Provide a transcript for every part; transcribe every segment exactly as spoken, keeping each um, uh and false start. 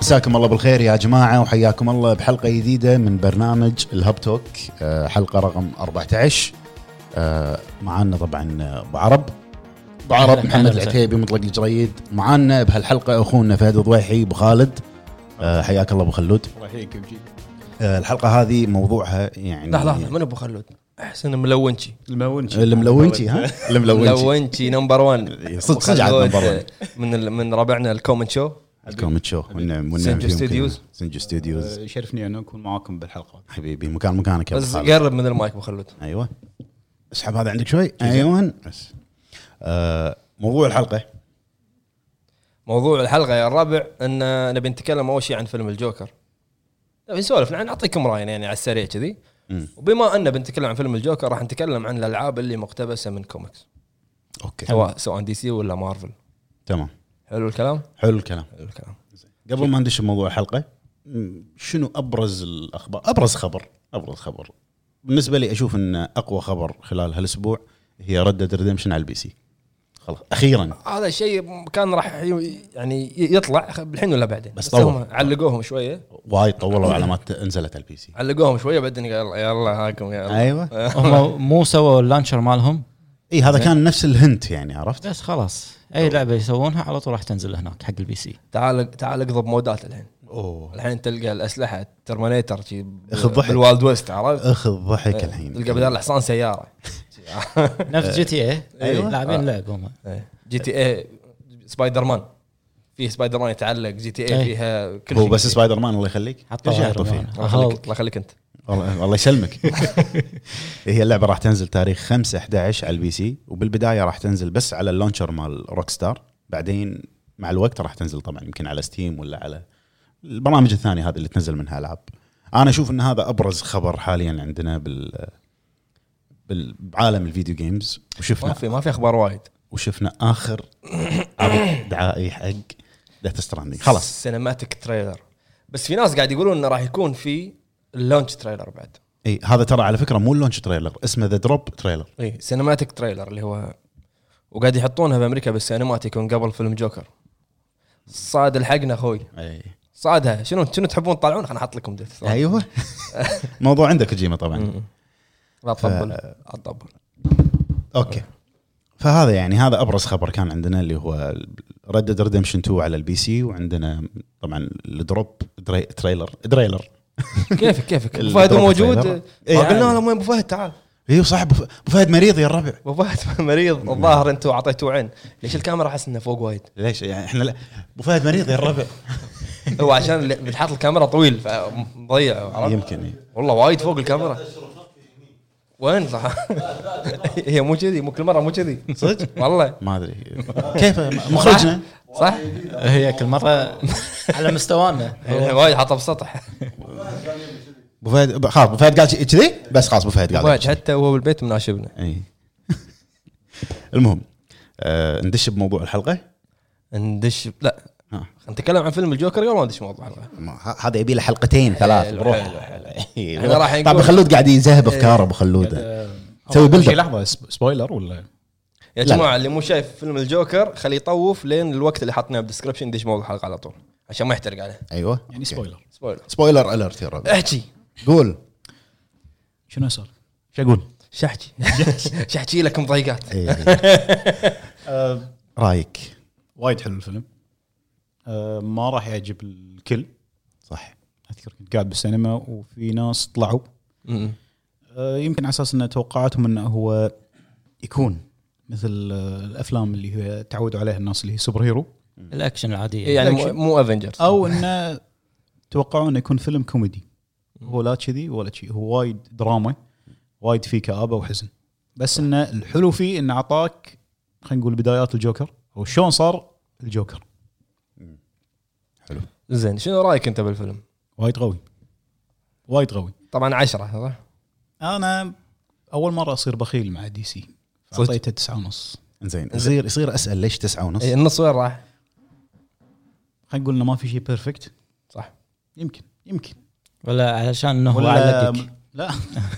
مساكم الله بالخير يا جماعة وحياكم الله بحلقة جديدة من برنامج الهب توك، حلقة رقم أربعة عشر. معانا طبعا بعرب بعرب محمد العتيبي مطلق الجريد. معانا بهالحلقة أخونا فهد ضويحي بخالد. حياك الله أبو خلود. الله يحييك بجي. الحلقة هذه موضوعها يعني لحظة لحظة من أبو خلود أحسن ملونشي الملونشي الملونشي ها الملونشي نمبر وان صدق صدق نمبر وان من من ربعنا الكومنت شو الكومنت شو والنعم سنجو ستوديوز سنجو ستوديوز. شرفني أن أكون معاكم بالحلقة حبيبي. مكان مكانك بس قرب من المايك أبو خلود. أيوة اسحب هذا عندك شوي. أيوة بس آه موضوع الحلقة موضوع الحلقة يا الربع أن نبي نتكلم أول شيء عن فيلم الجوكر. نبي نسولف يعني نعطيكم رأينا يعني على السريع كذي. وبما أن بنتكلم عن فيلم الجوكر راح نتكلم عن الألعاب اللي مقتبسة من كوميكس. أوكي. سواء سواء دي سي ولا مارفل. تمام. حلو الكلام. حلو الكلام. حلو الكلام. قبل ما ندش بموضوع الحلقة، شنو أبرز الأخبار؟ أبرز خبر أبرز خبر بالنسبة لي أشوف إن أقوى خبر خلال هالأسبوع هي Red Dead Redemption على البي سي. خلاص أخيرا هذا الشيء كان راح يعني يطلع بالحين ولا بعدين، بس, بس هم علقوهم شوية وايد طولوا على ما نزلت على البي سي. علقوهم شوية بعدين يلا يلا هاكم يلا. أيوة. هم مو سووا اللانشر مالهم. إيه هذا كان نفس الهنت يعني عرفت. بس خلاص أي لعبة يسوونها على طول راح تنزل هناك حق البي سي. تعال تعال اقضب مودات الحين. أوه. الحين تلقى الأسلحة ترمينيتر شيء أخذ ضحك بالوالد ويست عرفت. أخذ ضحك الحين. تلقى بدال الحصان سيارة. نفس جي تي اي. أيوة. لاعبين لعبهم. جي تي اي سبايدر مان. فيه سبايدر مان يتعلق. جي تي اي فيها كل شيء. هو شيء. بس سبايدر مان الله يخليك. حطوا فيه. الله يخليك أنت. والله الله يسلمك. هي اللعبة راح تنزل تاريخ خمسة أحد عشر على البي سي، وبالبداية راح تنزل بس على اللونشر مال روك ستار، بعدين مع الوقت راح تنزل طبعا يمكن على ستيم ولا على البرامج الثانية هذه اللي تنزل منها ألعاب. أنا أشوف إن هذا أبرز خبر حاليا عندنا بال بالعالم الفيديو جيمز. وشفنا ما في ما في أخبار وايد. وشفنا آخر عرض دعائي حق ديث ستراندينج خلاص سينماتيك تريلر. بس في ناس قاعد يقولون إنه راح يكون في اللونش تريلر بعد. اي هذا ترى على فكره مو اللونش تريلر، اسمه ذا دروب تريلر. اي سينماتيك تريلر اللي هو وقاعد يحطونها بامريكا بالسينمات يكون قبل فيلم جوكر. صاد الحقنا اخوي. اي صادها شنو شنو تحبون تطلعون خلنا احط لكم ديث. ايوه. موضوع عندك جيمه طبعا. لا تطبل اطبل. اوكي. فهذا يعني هذا ابرز خبر كان عندنا اللي هو Red Dead Redemption تو على البي سي، وعندنا طبعا الدروب تريلر تريلر كيفك كيفك ابو فهد موجود. قلنا له وين ابو فهد تعال. ايوه صح ابو فهد مريض يا الربع. ابو فهد مريض الظاهر انتوا اعطيتوه عين. ليش الكاميرا حس انه فوق وايد؟ ليش يعني احنا لا ابو فهد مريض يا الربع. هو عشان بنحط الكاميرا طويل فمضيع. يمكن والله وايد فوق الكاميرا. وين صح. هي مو كذي مو كل مره مو كذي صدق والله ما ادري كيف مخرجنا صح. هي كل مره على مستوانا. وايد حاطه بالسطح. ابو فهد خلاص ابو فهد قال كذي بس خلاص ابو فهد قال حتى وهو بالبيت مناشبنا. اي. المهم آه ندش بموضوع الحلقه. ندش لا نتكلم عن فيلم الجوكر قبل ما ندش موضوع الحلقه. هذا يبي له حلقتين ثلاث بروح. احنا راح نقول طب ابو خلود قاعد يذهب افكار ابو خلود. سوي بلد لحظه سبويلر ولا يا جماعه اللي مو شايف فيلم الجوكر خليه يطوف لين الوقت اللي حطناه بالدسكربشن ندش موضوع الحلقه على طول عشان ما يحترق عليه. ايوه يعني سبويلر سبويلر سبويلر اليرت يا ربع. احكي قول شنو صار. شو اقول شحكي شحكي لك مضايقات. رايك. وايد حلو الفيلم. أه ما راح يعجب الكل صح. اذكر كنت قاعد بالسينما وفي ناس طلعوا أه يمكن على اساس ان توقعاتهم انه هو يكون مثل الافلام اللي هي تعودوا عليها الناس اللي هي سوبر هيرو الاكشن العاديه يعني مو, مو افنجرز او انه توقعوا انه يكون فيلم كوميدي. هو لا كذي ولا شيء. هو وايد دراما وايد فيه كآبة وحزن. بس انه الحلو فيه انه عطاك خلينا نقول بدايات الجوكر او شلون صار الجوكر. حلو زين شنو رايك انت بالفيلم؟ وايد قوي وايد قوي طبعا عشرة صح. انا اول مره اصير بخيل مع دي سي اعطيته تسعة ونص. زين يصير يصير اسال ليش تسعة ونص. اي النص وين راح؟ خلينا نقول انه ما في شيء بيرفكت. صح يمكن يمكن ولا علشان انه هو علقك. لا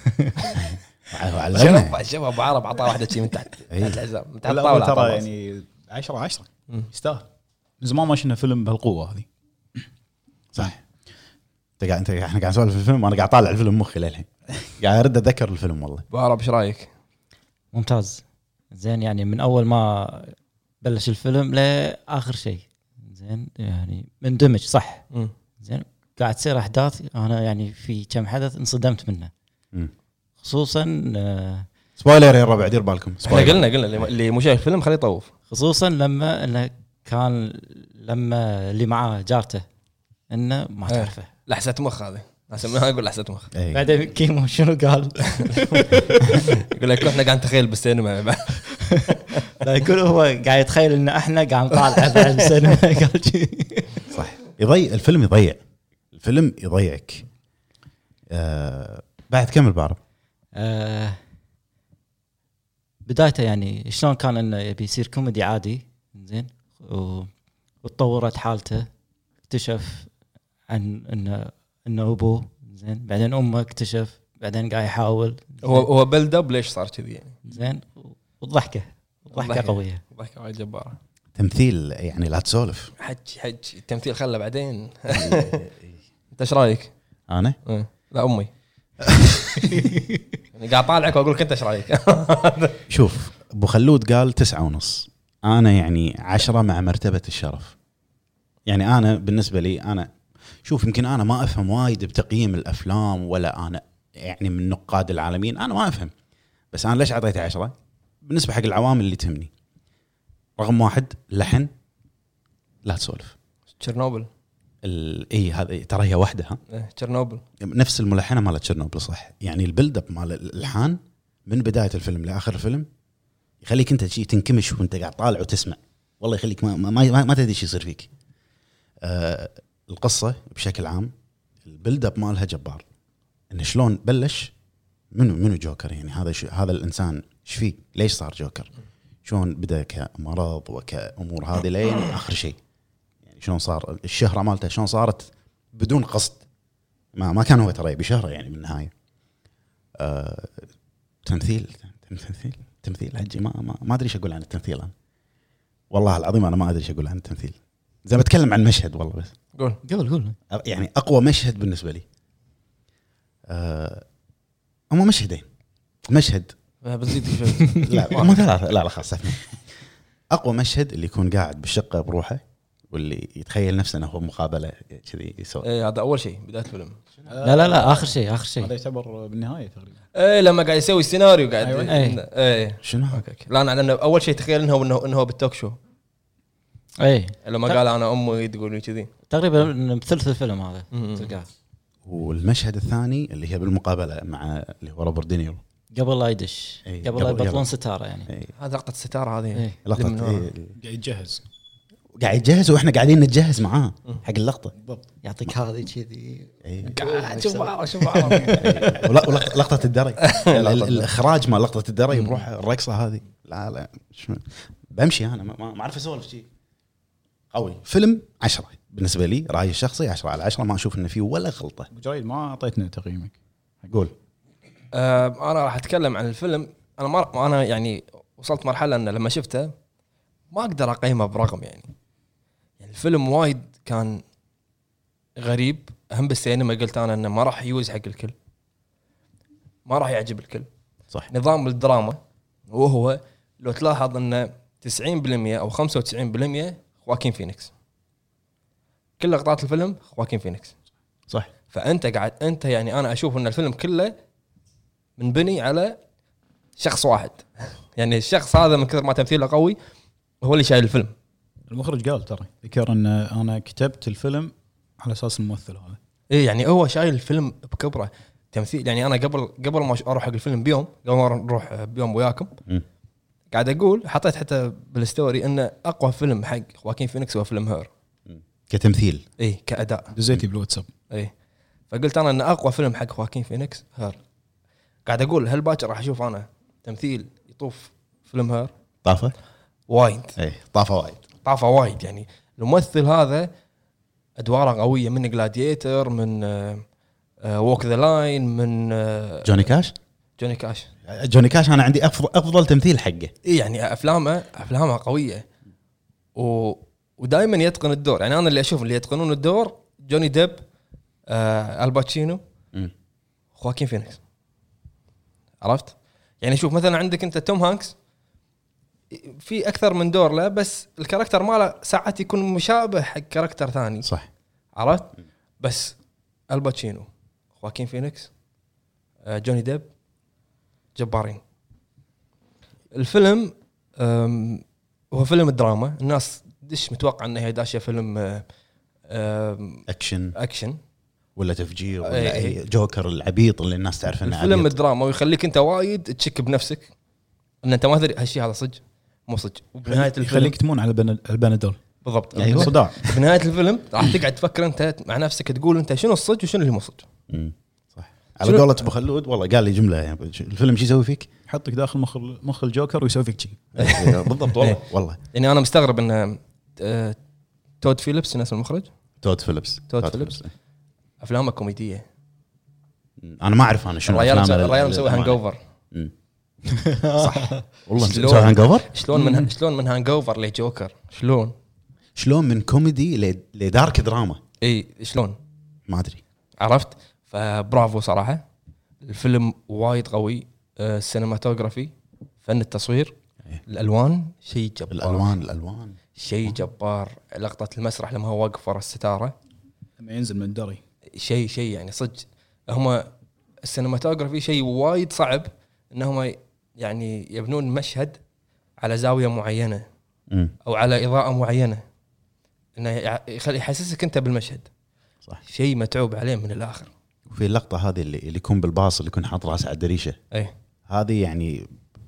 شباب شباب ابو عرب عطاه واحده شيء من تحت الحزام من تحت الطاوله ترى يعني عشرة عشرة يستاهل. من زمان ما شفنا فيلم بهالقوه هذه. صح. انت قاعد انت احنا قاعد نسولف في الفيلم وانا قاعد طالع الفيلم مخي للحين قاعد ارد اتذكر الفيلم. والله بعرف ايش رايك؟ ممتاز زين، يعني من اول ما بلش الفيلم لاخر شيء زين، يعني مندمج صح. مم. زين قاعد تصير احداث انا يعني في كم حدث انصدمت منه. مم. خصوصا آه، سبويلر يا ربع دير بالكم. احنا قلنا قلنا اللي- اللي مو شايف الفيلم خليه يطوف. خصوصا لما انه كان لما اللي معاه جارته انه ما إيه. تعرفه. لحسه مخ هذه اسميها، اقول لحسه مخ. أي. بعدين كيمو شنو قال؟ يقول لك احنا قاعد نتخيل بالسينما. لا يقول هو قاعد يتخيل ان احنا قاعد نطالع بعد السينما. قال شي. صح. يضيع الفيلم، يضيع الفيلم يضيعك. آه بعد كمل بعرف. آه بدايته يعني شلون كان انه يبي يصير كوميدي عادي زين، و- وتطورت حالته، اكتشف عن انه انه ابوه زين، بعدين امه اكتشف، بعدين قاعد يحاول هو هو بيلد اب ليش صار كذي يعني؟ زين، والضحكه الضحكه الضحكة. قويه. ضحكه وايد جباره. تمثيل يعني لا تسولف. حج حج التمثيل خله بعدين. انت ايش رايك؟ انا إيه. لا امي. يعني قاعد طالعك واقول لك انت ايش رايك؟ شوف ابو خلود قال تسعة ونص، انا يعني عشرة مع مرتبة الشرف. يعني انا بالنسبة لي انا شوف يمكن انا ما افهم وايد بتقييم الافلام، ولا انا يعني من نقاد العالمين انا ما افهم، بس انا ليش اعطيته عشرة بالنسبة حق العوامل اللي تهمني. رقم واحد لحن لا تسولف. تشيرنوبل. ال- اي هذا ترى هي واحدة ها إيه، تشيرنوبل. نفس الملحنة مال تشيرنوبل صح. يعني البيلد اب مال الالحان من بداية الفيلم لاخر الفيلم يخليك انت شيء تنكمش وانت قاعد طالع وتسمع. والله يخليك ما ما, ما, ما تدري ايش يصير فيك. آه القصة بشكل عام البيلد اب مالها جبار. ان شلون بلش منو منو جوكر، يعني هذا ش... هذا الانسان ايش فيه، ليش صار جوكر، شلون بدا كمرض وكامور هذه لين اخر شيء. يعني شلون صار الشهرة مالته، شلون صارت بدون قصد، ما ما كان هو ترى يبي شهرة يعني بالنهاية. آه تمثيل تمثيل تمثيل حجي ما ما, ما ادري ايش اقول عن التمثيل انا. والله العظيم انا ما ادري ايش اقول عن التمثيل. زي ما اتكلم عن مشهد والله بس قول. قول قول يعني اقوى مشهد بالنسبه لي آه هم مشهدين. مشهد بزيد شوي. لا مو ثلاثه، لا لا خلاص اثنين. اقوى مشهد اللي يكون قاعد بالشقه بروحه واللي يتخيل نفسه انه هو مقابله كذي يسوي. ايه هذا اول شيء بدايه الفيلم. لا لا لا اخر شيء اخر شيء هذا يعتبر بالنهايه تقريبا. ايه لما قاعد يسوي السيناريو قاعد. أيوة. ايه ايه شنو اوكي اوكي. لا انا أنا اول شيء تخيل انه انه انه هو بالتوك شو اي لما قال انا امي تقول لي كذي. تقريبا بثلث الفيلم هذا مم. تلقاه والمشهد الثاني اللي هي بالمقابله مع اللي هو روبرت دينيرو. قبل لا يدش، إي، قبل لا قبل- يبطلون قبل. ستاره يعني. إيه. هذا لقطه الستاره هذه. إيه. لقطه اللي من ورا. إيه. قاعد يتجهز. قاعد يتجهز واحنا قاعدين نتجهز معاه حق اللقطه. بالضبط. يعطيك هذه كذي. إيه. قاعد شوف بعض شوف بعض. ولا- ولقطة- لقطة الدري ال- ال- الإخراج مال لقطة الدري بروح الرقصة هذه. لا لا شو بمشي أنا ما ما أعرف أسولف شيء قوي. فيلم عشرة بالنسبة لي، رأيي الشخصي عشرة على عشرة. ما أشوف إن فيه ولا غلطة. ابو جريد ما اعطيتنا تقييمك. قول. آه، انا راح اتكلم عن الفيلم. انا ما انا يعني وصلت مرحله ان لما شفته ما اقدر اقيمه برقم يعني. يعني الفيلم وايد كان غريب. اهم بالسينما قلت انا انه ما راح يوز حق الكل، ما راح يعجب الكل. صح. نظام الدراما وهو لو تلاحظ انه تسعين بالمئة او خمسة وتسعين بالمئة خواكين فينيكس. كل لقطات الفيلم خواكين فينيكس. صح. فانت قاعد انت يعني انا اشوف ان الفيلم كله منبني على شخص واحد. يعني الشخص هذا من كثر ما تمثيله قوي هو اللي شايل الفيلم. المخرج قال ترى ذكر ان انا كتبت الفيلم على اساس الممثل هذا. ايه يعني هو شايل الفيلم بكبره تمثيل. يعني انا قبل قبل ما اروح حق الفيلم بيوم قبل ما نروح بيوم وياكم م. قاعد اقول حطيت حتى بالستوري ان اقوى فيلم حق خواكين فينيكس هو فيلم هير. كتمثيل. ايه كاداء. دزيتي بالواتساب. ايه فقلت انا ان اقوى فيلم حق خواكين فينيكس هير. قاعد اقول هل باكر راح اشوف انا تمثيل يطوف فيلم هير؟ طافة. وايد إيه طافة وايد. طافه وايد. يعني الممثل هذا ادواره قويه من جلاديتر، من ووك ذا لاين، من آه، جوني كاش. جوني كاش. جوني كاش أنا عندي أفضل أفضل تمثيل حقه. إيه يعني افلامه افلامه قويه و... ودائما يتقن الدور. يعني انا اللي اشوف اللي يتقنون الدور جوني ديب، آه الباتشينو، مم. خواكين فينيكس. عرفت يعني؟ شوف مثلا عندك انت توم هانكس في اكثر من دور له، بس الكاركتر ماله ساعات يكون مشابه حق كاركتر ثاني، صح. عرفت؟ بس الباتشينو، خواكين فينيكس، آه جوني ديب، جبارين. الفيلم هو فيلم دراما، الناس دش متوقع انه هي داشه فيلم آه اكشن اكشن ولا تفجير ولا أي اي جوكر العبيط اللي الناس تعرف انه الفيلم عبيط. الدراما، ويخليك انت وايد تشك بنفسك ان انت ما تدري هالشيء هذا صدق مو صدق. وبنهايه الفيلم يخليك تمون على البن- البنادول. بالضبط أيوة. صداع. بنهايه الفيلم راح تقعد تفكر انت مع نفسك، تقول انت شنو الصدق وشنو اللي مو صدق. مم. صح. على قولة ابو خلود والله قال لي جمله يعني الفيلم شو يسوي فيك؟ حطك داخل مخ مخ الجوكر ويسوي فيك شيء. بالضبط والله والله. يعني انا مستغرب ان آه، تود فيليبس ناس المخرج، تود فيليبس تود فيليبس افلامه كوميديه. انا ما اعرف انا شنو الرجال أفلام الرجال ال- مسوي ال- هانج اوفر. مم. صح. والله شلون؟ مسوي هانج اوفر. شلون من شلون من هانج اوفر لجوكر؟ شلون؟ شلون من كوميدي ل- لدارك دراما؟ اي شلون؟ ما ادري. عرفت؟ فبرافو صراحه، الفيلم وايد قوي. آه، السينماتوغرافي، فن التصوير، إيه. الالوان شيء جبار. الالوان الالوان شيء جبار. لقطه المسرح لما هو واقف ورا الستاره، لما ينزل من الدري شيء شيء يعني صدق. هم السينماتوغرافي شيء وايد صعب انهم يعني يبنون مشهد على زاويه معينه مم. او على اضاءه معينه، انه يخلي يحسسك انت بالمشهد. صح. شيء متعوب عليه من الاخر. وفي اللقطه هذه اللي اللي يكون بالباص اللي يكون حاط راسه على الدريشه، اي هذه يعني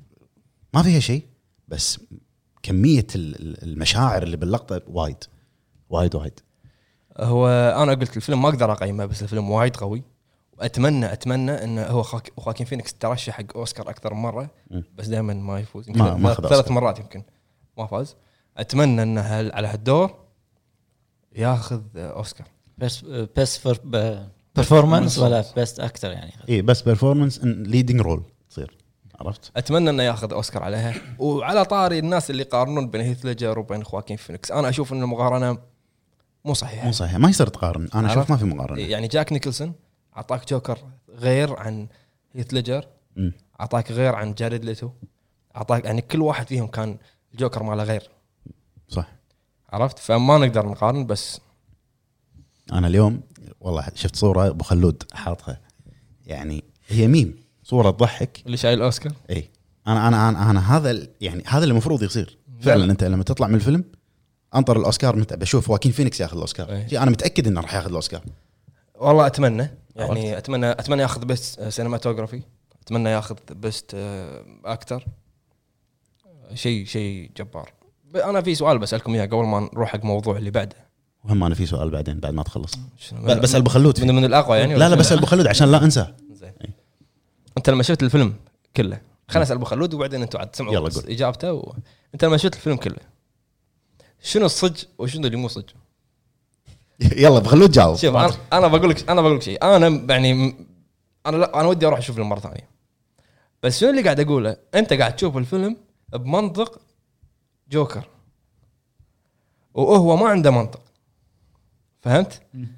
ما فيها شيء، بس كميه ال- ال- المشاعر اللي باللقطه وايد وايد وايد. هو انا قلت الفيلم ما اقدر اقيمه، بس الفيلم وايد قوي. واتمنى اتمنى انه هو خاك خواكين فينيكس ترشح حق اوسكار اكثر من مره، م. بس دائما ما يفوز. ما- يمكن ما أخذ ثلاث أوسكار. مرات يمكن ما فاز. اتمنى انه هال- على هالدور ياخذ اوسكار. بس بس فور برفورمانس ولا بيست اكتر يعني. اي بس بيرفورمانس ليدنج رول تصير. عرفت؟ اتمنى انه ياخذ اوسكار عليها. وعلى طاري الناس اللي يقارنون بين هيث ليجر وبين خواكين فينيكس، انا اشوف ان المقارنه مو صحيحه. مو صحيح، ما يصير تقارن. انا اشوف عرفت؟ ما في مقارنه. يعني جاك نيكلسون اعطاك جوكر غير عن هيث ليجر، مم. اعطاك غير عن جاريد ليتو، اعطاك يعني كل واحد فيهم كان الجوكر ماله غير. صح. عرفت؟ فما نقدر نقارن. بس انا اليوم والله شفت صوره ابو خلود حاطها، يعني هي ميم، صوره تضحك. اللي شايل اوسكار اي انا انا انا, أنا هذا ال- يعني هذا اللي المفروض يصير فعلا. انت لما تطلع من الفيلم انطر الاوسكار، متى بشوف واكين فينيكس ياخذ الاوسكار. أي. شي انا متاكد انه راح ياخذ الاوسكار. والله اتمنى يعني اتمنى اتمنى ياخذ بيست سينماتوجرافي، اتمنى ياخذ بيست اكتر. شيء شيء جبار. ب- انا في سؤال بسالكم اياه قبل ما نروح حق الموضوع اللي بعده. وهم انا في سؤال بعدين بعد ما تخلص. شنو؟ ب- بسال ابو خلود من, من الاقوى يعني. لا لا بسال ابو خلود عشان لا انسى. زين. انت لما شفت الفيلم كله، خلينا نسال ابو خلود وبعدين انتم عاد تسمعوا يلا بس قول. اجابته. و... انت لما شفت الفيلم كله شنو الصج وشنو اللي مو صج؟ يلا ابو خلود جاوب. شوف انا انا بقول لك انا بقول لك شيء. انا يعني م- انا لا انا ودي اروح اشوف الفيلم مره ثانيه، بس شنو اللي قاعد اقوله؟ انت قاعد تشوف الفيلم بمنطق جوكر وهو ما عنده منطق. فهمت؟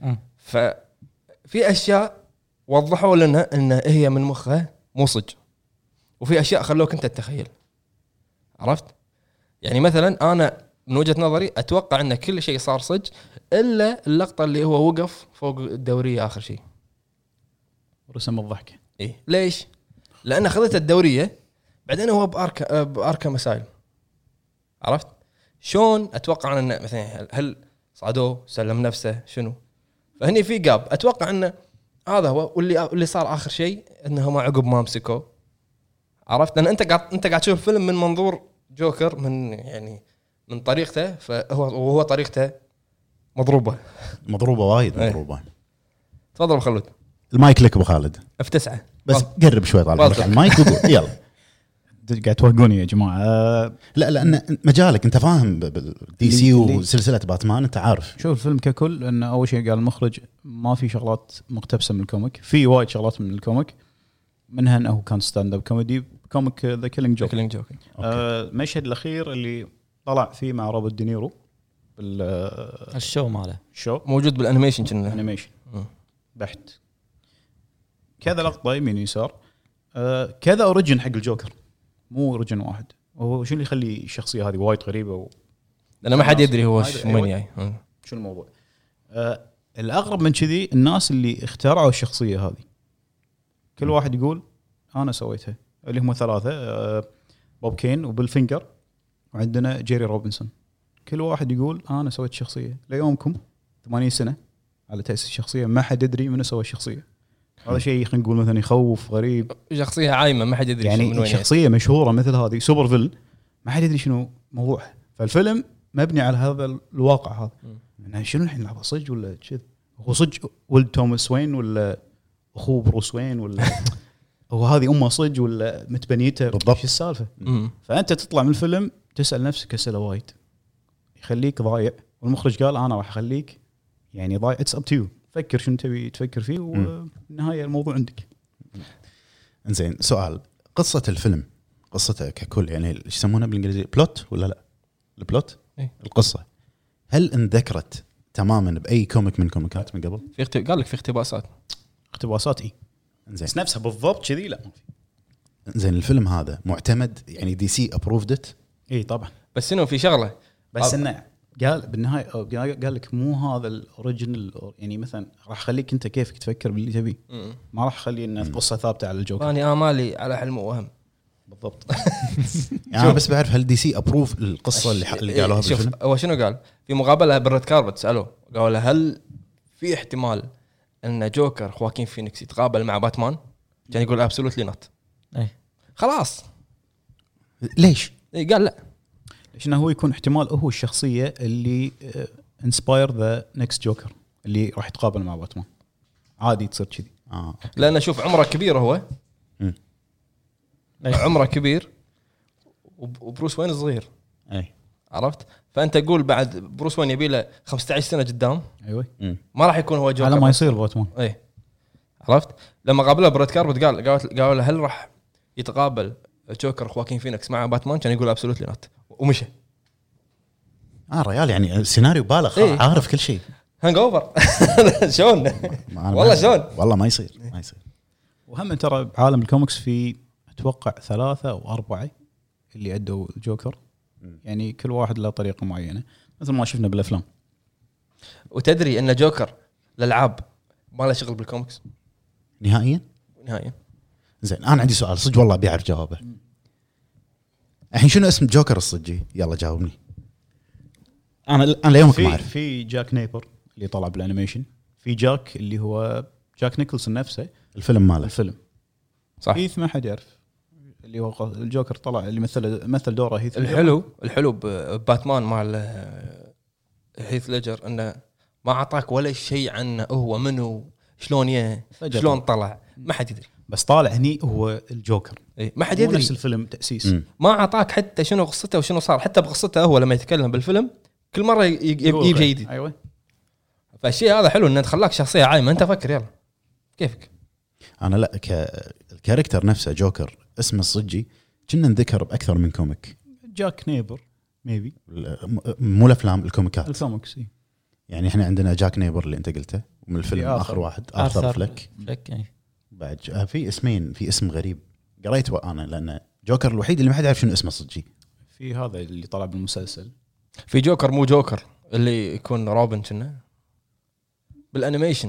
ففي اشياء وضحوا لنا ان هي من مخه مو صج، وفي اشياء خلوك انت تتخيل. عرفت؟ يعني مثلا انا من وجهة نظري اتوقع ان كل شيء صار صج الا اللقطة اللي هو وقف فوق الدورية اخر شيء. رسم الضحكه. إيه؟ ليش؟ لأن أخذت الدورية بعدين هو بأركا بأركا مسائل. عرفت؟ شون أتوقع أن مثلا هل صعدوه سلم نفسه شنو؟ فهني في جاب. أتوقع أن هذا هو. واللي اللي صار آخر شيء أنه ما عقب ما مسكوه. عرفت؟ لأن أنت قاعد أنت قاعد تشوف فيلم من منظور جوكر، من يعني من طريقته، فهو وهو طريقته مضروبة مضروبه وايد أي. مضروبه. تفضل أبو خلود. المايك لك ابو خالد، اف تسعة بس قرب شوي طال عمرك على المايك وقول يلا. قاعد توهقوني يا جماعه. لا لان مجالك انت فاهم دي سي اللي- وسلسله باتمان انت عارف. شوف الفيلم ككل انه اول شيء قال المخرج ما في شغلات مقتبسه من الكوميك، في وايد شغلات من الكوميك، منها انه كان ستاند اب كوميدي كوميك ذا كيلينج جوك. كلينج جوكر. آه، المشهد الاخير اللي طلع فيه مع روبرت دينيرو بالشو الشو ماله موجود بالانيميشن كنا انيميشن مم. بحت كذا لقطه يمين يسار آه كذا اوريجن حق الجوكر مو اوريجن واحد. هو شو اللي يخلي الشخصيه هذه وايد غريبه و... لان ما حد يدري هو ما يدري. ش- من جاي مم. شو الموضوع؟ آه الاغرب من كذي الناس اللي اخترعوا الشخصيه هذه كل واحد يقول انا سويتها، اللي هم ثلاثه آه بوب كين وبالفينجر وعندنا جيري روبنسون. كل واحد يقول انا سويت الشخصيه. ليومكم ثمانين سنه على تاسيس الشخصيه ما حد يدري منو سوى الشخصيه. هذا شيء خلينا نقول مثلا يخوف غريب. شخصيه عايمه ما حد يدري يعني من وين شخصيه مشهوره مثل هذه سوبر فيل ما حد يدري شنو موضوعها. فالفيلم مبني على هذا الواقع هذا. انه شنو الحين لحظه صج ولا كذا هو صج ولد توماس وين ولا اخوه بروس وين ولا هو هذه امه صج ولا متبنيته بالضبط. شو السالفه؟ مم. فانت تطلع من الفيلم تسال نفسك اسئله وايد يخليك ضايع. والمخرج قال انا راح اخليك يعني ضايع. اتس اب تو يو فكر شنو تبي تفكر فيه والنهايه الموضوع عندك. انزين سؤال قصه الفيلم قصته ككل يعني ايش يسمونها بالانجليزي بلوت ولا لا البلوت إيه؟ القصه هل انذكرت تماما باي كوميك من كوميكات من قبل؟ في اخت... قال لك في اقتباسات اقتباسات اي انزين بس نفسها بالضبط كذي لا. زين الفيلم هذا معتمد يعني دي سي ابروفدت اي طبعا بس انه في شغله بس آه. انه قال بالنهايه قال قال لك مو هذا الاوريجنال يعني مثلا راح اخليك انت كيفك تفكر باللي تبي مم. ما راح اخلي انه قصه ثابته على الجوكر. اني امالي على حلم وهم بالضبط. يعني انا بس بعرف هل دي سي ابروف القصه اللي, اللي قالوها شوف بالفيلم؟ هو شنو قال في مقابله بالريد كاربت سالوه قالوا له هل في احتمال ان جوكر خواكين فينيكس يتقابل مع باتمان؟ كان يقول ابسولوتلي نوت. اي خلاص ليش؟ إيه قال لا ليش انه هو يكون احتمال هو الشخصيه اللي انسباير ذا نكست جوكر اللي راح يتقابل مع باتمان. عادي تصير كذي. اه لان شوف عمره كبير هو مم. عمره كبير وب- وبروس وين صغير اي عرفت. فانت قول بعد بروس وين يبي له خمسة عشر سنه قدام ايوه مم. ما راح يكون هو جوكر على ما يصير باتمان. ايه عرفت. لما قابله بريد كاربت قال قالوا قالوا له هل راح يتقابل جوكر خواكين فينيكس مع باتمان؟ كان يقول ابسولوتلي نوت ومشى. اه ريال يعني السيناريو بالغ إيه. عارف كل شيء. هانج اوفر شلون ما أنا والله ما- شلون والله ما يصير ما يصير. وهم ترى بعالم الكوميكس في اتوقع ثلاثه او اربعه اللي ادوا الجوكر. مم. يعني كل واحد له طريقه معينه مثل ما شفنا بالافلام. وتدري ان جوكر الالعاب ما له شغل بالكوميكس نهائيا. نهائيا. زين انا عندي سؤال صدق والله بيعرف جوابه. الحين شنو اسم جوكر الصجي؟ يلا جاوبني. انا انا ليومك ما في اعرف. في جاك نيبر اللي طلع بالانيميشن. في جاك اللي هو جاك نيكلسون نفسه الفيلم ماله الفيلم. صح. هيث ما حد يعرف اللي هو ق- الجوكر طلع اللي مثل مثل دوره هيث. الحلو الحلو بباتمان مال آه، هيث ليجر انه ما اعطاك ولا شيء عنه هو منو شلون يه فجأة شلون طلع ما حد يدري. بس طالع هني هو الجوكر إيه ما حد مو يدري نفس الفيلم تاسيس. مم. ما اعطاك حتى شنو قصته وشنو صار. حتى بقصته هو لما يتكلم بالفيلم كل مره ي- ي- يجيب شيء جديد. ايوه فالشيء هذا حلو انه خلاك شخصيه عايمه انت فكر يلا كيفك. انا لا ك الكاركتر نفسه جوكر اسمه الصجي كنا نذكر باكثر من كوميك. جاك نيبر ميبي م- مو الافلام الكوميكات. الكوميكس إيه. يعني احنا عندنا جاك نيبر اللي انت قلته ومن الفيلم في آرثر. اخر واحد ارثر فليك. فلك اي بعد ج- في اسمين في اسم غريب قريته انا لان جوكر الوحيد اللي ما حد يعرف شنو اسمه الصجي. في هذا اللي طلع بالمسلسل في جوكر مو جوكر اللي يكون روبن كنا بالانيميشن.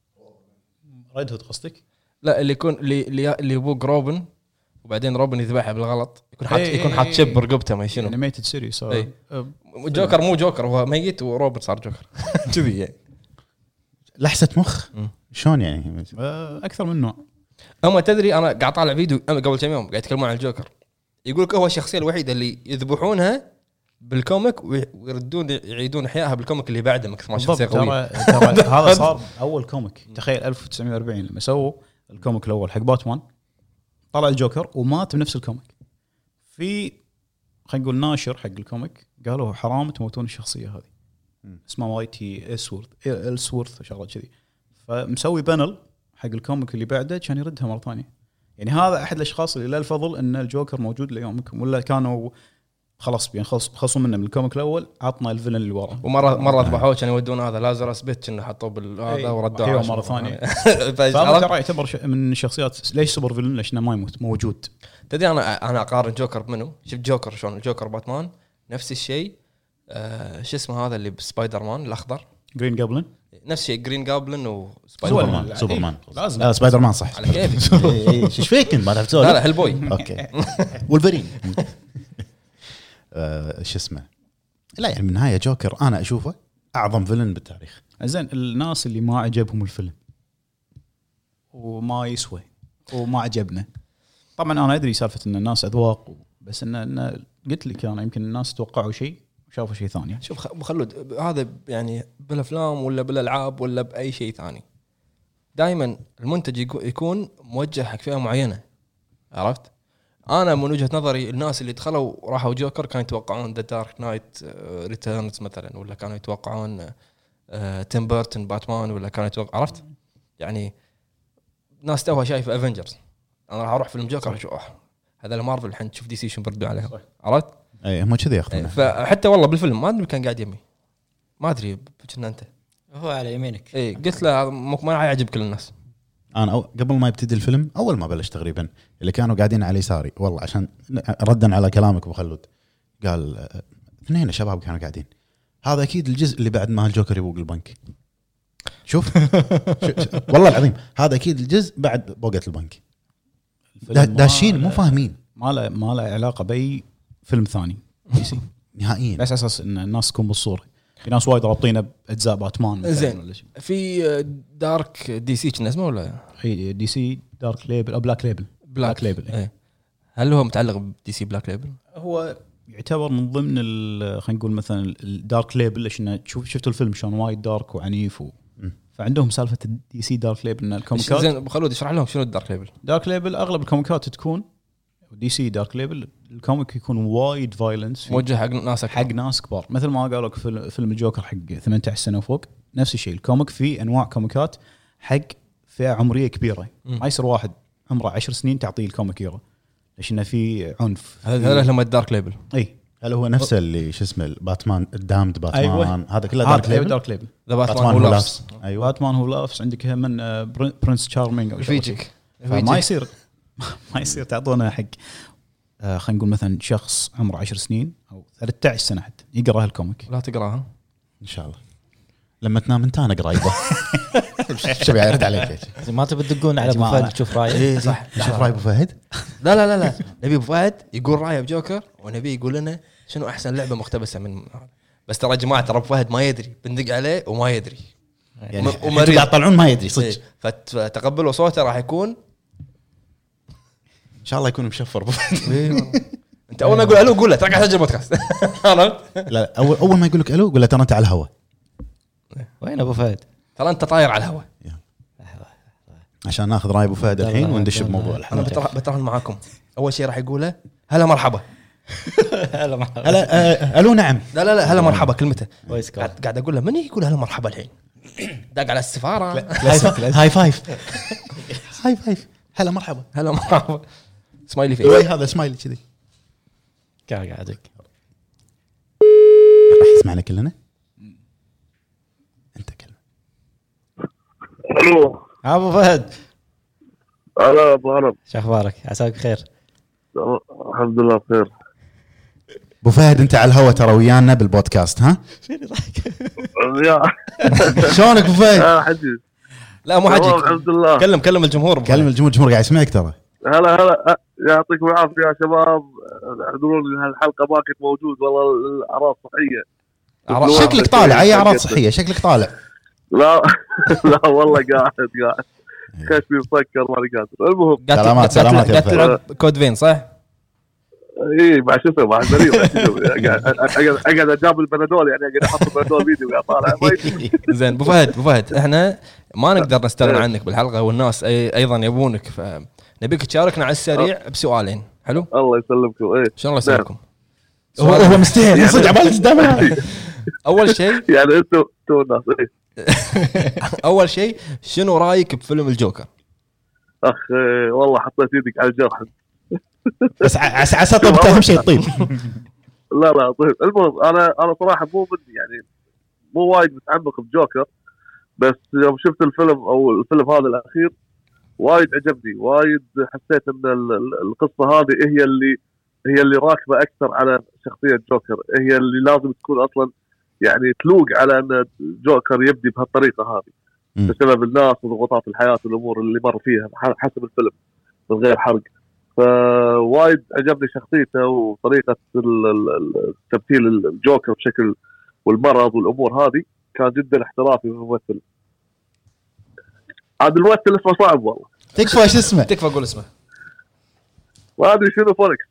ريد هود قصدك؟ لا اللي يكون اللي اللي اللي يبوق روبن وبعدين روبن يذبحها بالغلط يكون حاط إيه يكون إيه حاط إيه. شب برقبته ما شنو. انيميتد سيريس. إيه. جوكر مو جوكر هو ميت وروبن صار جوكر كذي يعني. لحسه مخ مم. شلون يعني؟ اكثر من نوع. اما تدري انا قاعد طالع فيديو أما قبل كم يوم قاعد يتكلمون عن الجوكر يقول لك هو الشخصيه الوحيده اللي يذبحونها بالكوميك وي- ويردون يعيدون احيائها بالكوميك اللي بعده من كثر ما بالضبط. الشخصيه قويه. ترى ترى هذا صار اول كوميك. تخيل ألف وتسعمية وأربعين لما سووا الكوميك الاول حق باتمان طلع الجوكر ومات بنفس الكوميك. في خلينا نقول ناشر حق الكوميك قالوا حرام تموتون الشخصيه هذه مم. اسمه وايتي إلسورث إلسورث شغله كذي. فمسوي بانل حق الكوميك اللي بعده كان يردها مره ثانيه. يعني هذا احد الاشخاص اللي له الفضل ان الجوكر موجود ليومكم ولا كانوا خلاص بينخلص بخلصوا منه من الكوميك الاول، عطنا الفيلن اللي وراه. ومره مره ذبحوه كانوا يودون هذا لازرس بيت انه حطوه بالهذا وردوه أيوة مرة ثانية. فهذا ترى يعتبر ش- من الشخصيات. ليش سوبر فيلن؟ ليش ما يموت موجود. تدري انا انا اقارن جوكر بمنو؟ شفت جوكر شلون الجوكر باتمان نفس الشيء. آه شو اسمه هذا اللي بسبايدر مان الاخضر، جرين جابلن نفس الشيء جرين جابلن وسبايدر مان. سوبرمان سوبرمان لازم. لا سبايدر مان صح. على كيفك. ايش فيك ما تعرف تسولف؟ لا لا هالبوي. اوكي والفرين آه، شو اسمه. لا يعني بالنهايه جوكر انا اشوفه اعظم فيلن بالتاريخ. زين الناس اللي ما عجبهم الفيلم وما يسوى وما عجبنا، طبعا انا ادري سالفه ان الناس اذواق، بس ان, إن قلت لك انا يمكن الناس توقعوا شيء وشافوا شيء ثاني. شوف خ- ابو خلود هذا يعني بالافلام ولا بالالعاب ولا باي شيء ثاني، دائما المنتج يكو- يكون موجه حق فئه معينه. عرفت؟ انا من وجهه نظري الناس اللي دخلوا راحوا جوكر كانوا يتوقعون ذا دارك نايت ريتيرنز مثلا، ولا كانوا يتوقعون تيم بيرتون باتمان، ولا كانوا يتوقع. عرفت يعني ناس توها شايفه افنجرز، انا راح اروح فيلم جوكر اشوف هذا المارفل الحين تشوف دي سي شو بردوا عليهم. عرفت؟ اي هم كذا ياخذونه. فحتى والله بالفيلم ما ادري كان قاعد يمي، ما ادري كنا انت هو على يمينك. اي قلت له مو- ما راح يعجب كل الناس. انا أو قبل ما يبتدي الفيلم اول ما بلش تقريبا اللي كانوا قاعدين على يساري والله عشان ردا على كلامك ابو خلود قال آه، اثنين شباب كانوا قاعدين هذا اكيد الجزء اللي بعد ما الجوكر يبوق البنك. شوف شو- والله العظيم هذا اكيد الجزء بعد بوقة البنك. دا- داشين مو فاهمين ما له ما له علاقه باي فيلم ثاني دي سي نهائيا. بس اساس ان الناس تكون بالصوره. في ناس وايد رابطينه باجزاء باتمان مثلاً زين. ولا شيء. في دارك دي سي كنا اسمه ولا هي دي سي دارك ليبل او بلاك ليبل. بلاك ليبل ايه. هل هو متعلق بدي سي بلاك ليبل؟ هو يعتبر من ضمن ال- خلينا نقول مثلا الدارك ليبل. ليش انه تشوف شفتوا الفيلم شلون وايد دارك وعنيف و... فعندهم سالفه الدي سي دارك ليبل ان الكوميكات. زين ابو خلود اشرح لهم شنو الدارك ليبل. دارك ليبل اغلب الكوميكات تكون دي سي دارك ليبل الكوميك يكون وايد فايلنس موجه حق ناس حق ناس كبار، مثل ما قالوا لك فيلم فيلم الجوكر حق ثمانية عشر سنه وفوق. نفس الشيء الكوميك في انواع كوميكات حق فئه عمريه كبيره. مم. ما يصير واحد عمره عشر سنين تعطيه الكوميك يقرا، ليش انه في عنف. هذا لهم الدارك ليبل. اي هل هو نفسه اللي شو اسمه باتمان الدامد باتمان أيوة. هذا كله دارك ليبل. دارك ليبل. ذا باتمان باتمان هو هو لافس. لافس. ايوه باتمان هو لافس. عندك من آه، برن- برنس تشارمينج او شيء. فيجيك ما يصير ما يصير تعطونا حق آه، خلينا نقول مثلا شخص عمره عشر سنين او ثلاثة عشر سنه حتى يقرا هالكوميك. لا تقراها. ان شاء الله لما تنام انت انا قرايبه. شو يرد عليك ما تبي تدقون على ابو جماعة. فهد تشوف رايه؟ ايه صح. شوف راي ابو فهد. لا لا لا لا نبي ابو فهد يقول رايه بجوكر، ونبي يقول لنا شنو احسن لعبه مقتبسه من هذا. بس ترى يا جماعه ترى ابو فهد ما يدري، بندق عليه وما يدري يعني وم- انتوا ومريض. قاعد تطلعون ما يدري صدق. إيه. فتقبلوا صوته راح يكون ان شاء الله يكون مشفر ابو فهد. انت اول ما يقول الو قول له ترى قاعد اسجل بودكاست. عرفت؟ لا اول اول ما يقول لك الو قول له ترى انت على الهواء وين ابو فهد؟ ترى انت طاير على الهواء. عشان ناخذ راي ابو فهد لا، الحين لا، وندش لا، بموضوع لا. الحلقه. انا بترا- بتراهن معاكم. اول شيء راح يقوله هلا مرحبا. هلا مرحبا. هلا آه، الو نعم. لا لا لا هلا مرحبا كلمته. فويس كول. قاعد قاعد اقول له من يقول هلا مرحبا الحين. داق على السفاره. هاي فايف هاي فايف هاي فايف هلا مرحبا. هلا مرحبا سمايلي وي فيه. هذا سمايلي كذي قاعد قاعدك. راح يسمعنا كلنا. انت كلمه. الو ابو فهد هلا ابو عرب. شو اخبارك؟ عساك بخير. الحمد لله بخير. ابو فهد انت على الهوا ترى ويانا بالبودكاست ها. يا شلونك ابو فهد؟ يا حجي لا مو تمام، حجي. الحمد لله. كلم كلم الجمهور. كلم الجمهور الجمهور قاعد يسمعك ترى. هلا هلا يعطيكم العافيه يا شباب. اعذروني هالحلقه ما كنت موجود والله الاعراض صحيه. أعراض- شكلك طالع اي اعراض صحيه شكلك طالع. لا لا والله قاعد قاعد خشمي مسكر ماني قادر. المهم قاعد سلامات- قاعد سلامات يا قاعد فهد. تلعب كود فين صح؟ اي مع شو اسمه مع المريض قاعد اقعد اقعد اجاب البنادول يعني قاعد احط البنادول فيديو قاعد طالع ما يدري. زين ابو فهد ابو فهد احنا ما نقدر نستغنى عنك بالحلقه، والناس أي ايضا يبونك، فنبيك تشاركنا على السريع بسؤالين. حلو؟ الله يسلمكم. ايه شلون الله يسلمكم؟ هو هو مستحيل صدق عبالك دائما. اول شيء يعني انتم انتم الناس. إيه. اول شيء شنو رايك بفيلم الجوكر؟ اخ إيه، والله حطيت يدك على الجرح. بس عسى عسى طيب اهم شيء طيب. لا لا طيب المهم انا انا صراحه مو من يعني مو وايد متعمق بجوكر، بس يوم شفت الفيلم او الفيلم هذا الاخير وايد عجبني، وايد حسيت ان القصه هذه هي اللي هي اللي راكبه اكثر على شخصيه جوكر، هي اللي لازم تكون اصلا يعني تلوق على ان جوكر يبدي بهالطريقه هذه بسبب الناس وضغوطات الحياه والامور اللي مر فيها حسب الفيلم من غير حرق. فوايد عجبني شخصيته وطريقه تمثيل الجوكر بشكل والمرض والامور هذه، كان جدا احترافي من الممثل. عاد الممثل اسمه صعب والله. تكفى ايش اسمه؟ تكفى اقول اسمه. ما ادري شنو فونكس.